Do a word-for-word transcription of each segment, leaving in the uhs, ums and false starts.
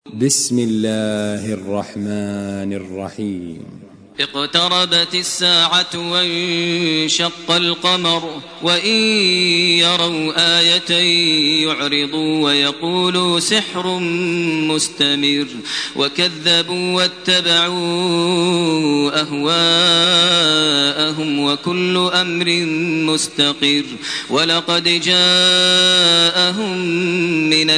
بسم الله الرحمن الرحيم. اقتربت الساعة وانشق القمر وإن يروا آية يعرضوا ويقولوا سحر مستمر وكذبوا واتبعوا أهواءهم وكل أمر مستقر ولقد جاءهم من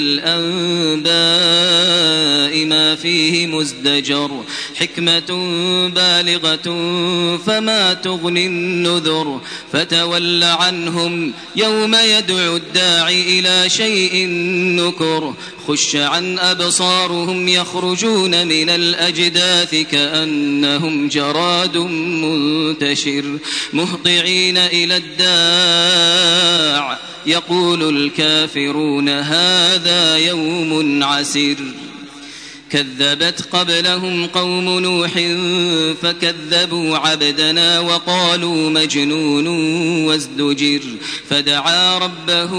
الأنباء ما فيه مزدجر حكمة بالغة فما تغني النذر فتول عنهم يوم يدعو الداعي إلى شيء نكر خش عن أبصارهم يخرجون من الأجداث كأنهم جراد منتشر مهطعين إلى الداع يقول الكافرون هذا يوم عسر كذبت قبلهم قوم نوح فكذبوا عبدنا وقالوا مجنون وازدجر فدعا ربه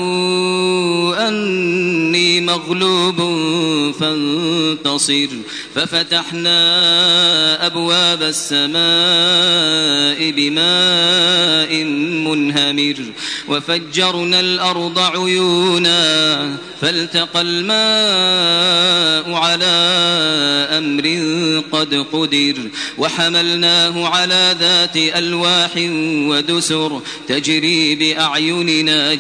أني مغلوب فانتصر ففتحنا أبواب السماء بماء منهمر وفجرنا الأرض عيونا فالتقى الماء على أمر قد قدر وحملناه على ذات ألواح ودسر تجري بأعيننا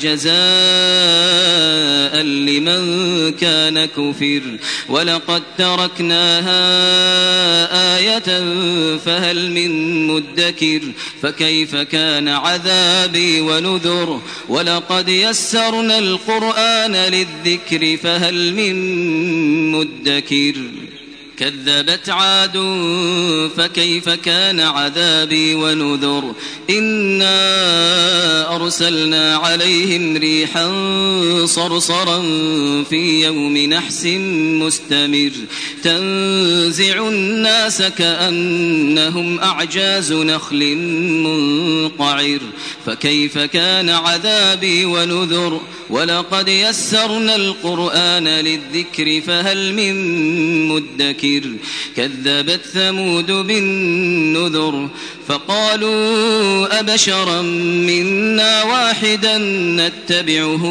جزاء لمن كان كفر ولقد تركناها آية فهل من مدكر فكيف كان عذابي ونذر ولقد يسرنا القرآن للذكر فهل من مدكر كذبت عاد فكيف كان عذابي ونذر إنا أرسلنا عليهم ريحا صرصرا في يوم نحس مستمر تنزع الناس كأنهم أعجاز نخل منقعر فكيف كان عذابي ونذر ولقد يسرنا القرآن للذكر فهل من مدكر كذبت ثمود بالنذر فقالوا أبشرا منا واحدا نتبعه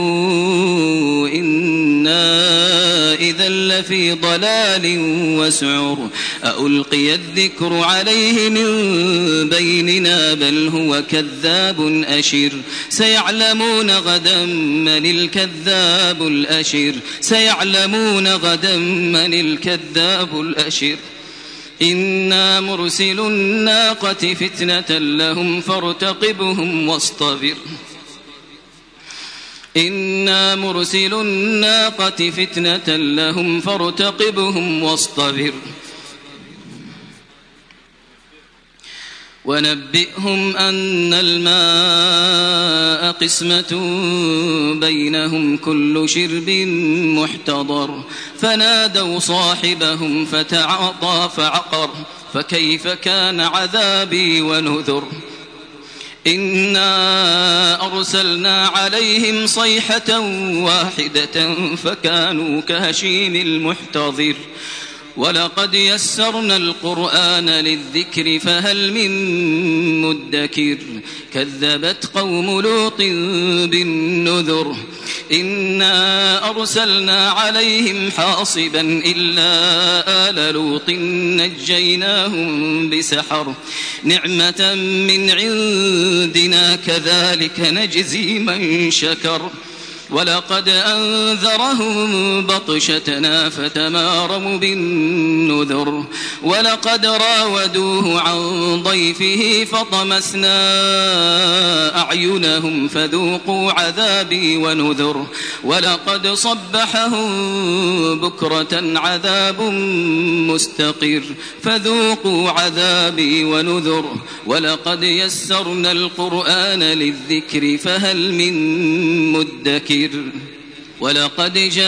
إنا إذا لفي ضلال وسعر ألقي الذكر عليه من بيننا بل هو كذاب أشر سيعلمون غدا من الكذاب الأشر سيعلمون غدا من الكذاب الأشر إنا مرسل الناقة فتنة لهم فارتقبهم واصطبر إنا مرسل الناقة فتنة لهم فارتقبهم واصطبر ونبئهم أن الماء قسمة بينهم كل شرب محتضر فنادوا صاحبهم فتعاطى فعقر فكيف كان عذابي ونذر إنا أرسلنا عليهم صيحة واحدة فكانوا كهشيم المحتضر ولقد يسرنا القرآن للذكر فهل من مدكر كذبت قوم لوط بالنذر إنا أرسلنا عليهم حاصبا إلا آل لوط نجيناهم بسحر نعمة من عندنا كذلك نجزي من شكر ولقد أنذرهم بطشتنا فتماروا بالنذر ولقد راودوه عن ضيفه فطمسنا أعينهم فذوقوا عذابي ونذر ولقد صبحهم بكرة عذاب مستقر فذوقوا عذابي ونذر ولقد يسرنا القرآن للذكر فهل من مدكر ولقد جاء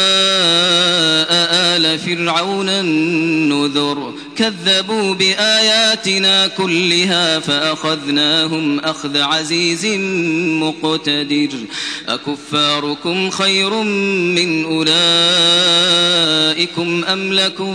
آل فرعون النذر كذبوا بآياتنا كلها فأخذناهم أخذ عزيز مقتدر أكفاركم خير من أولئكم أم لكم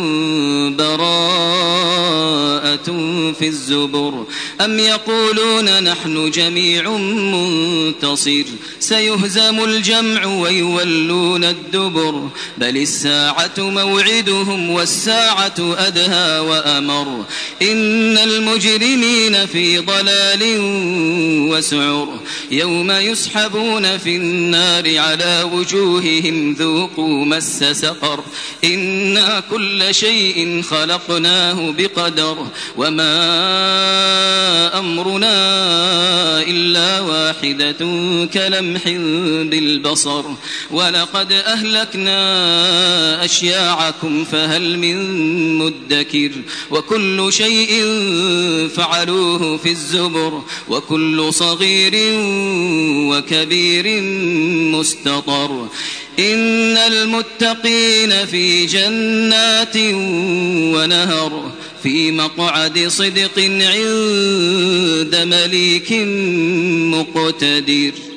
براءة في الزبر أم يقولون نحن جميع منتصر سيهزم الجمع ويولون الدبر بل الساعة موعدهم والساعة أدهى وأمر إن المجرمين في ضلال وسعر يوم يسحبون في النار على وجوههم ذوقوا مس سقر إنا كل شيء خلقناه بقدر وما أمرنا إلا واحدة كلمح بالبصر ولقد أهلكنا أشياعكم فهل من مدكر وكل شيء فعلوه في الزبر وكل صغير وكبير مستطر إن المتقين في جنات ونهر في مقعد صدق عند مليك مقتدر.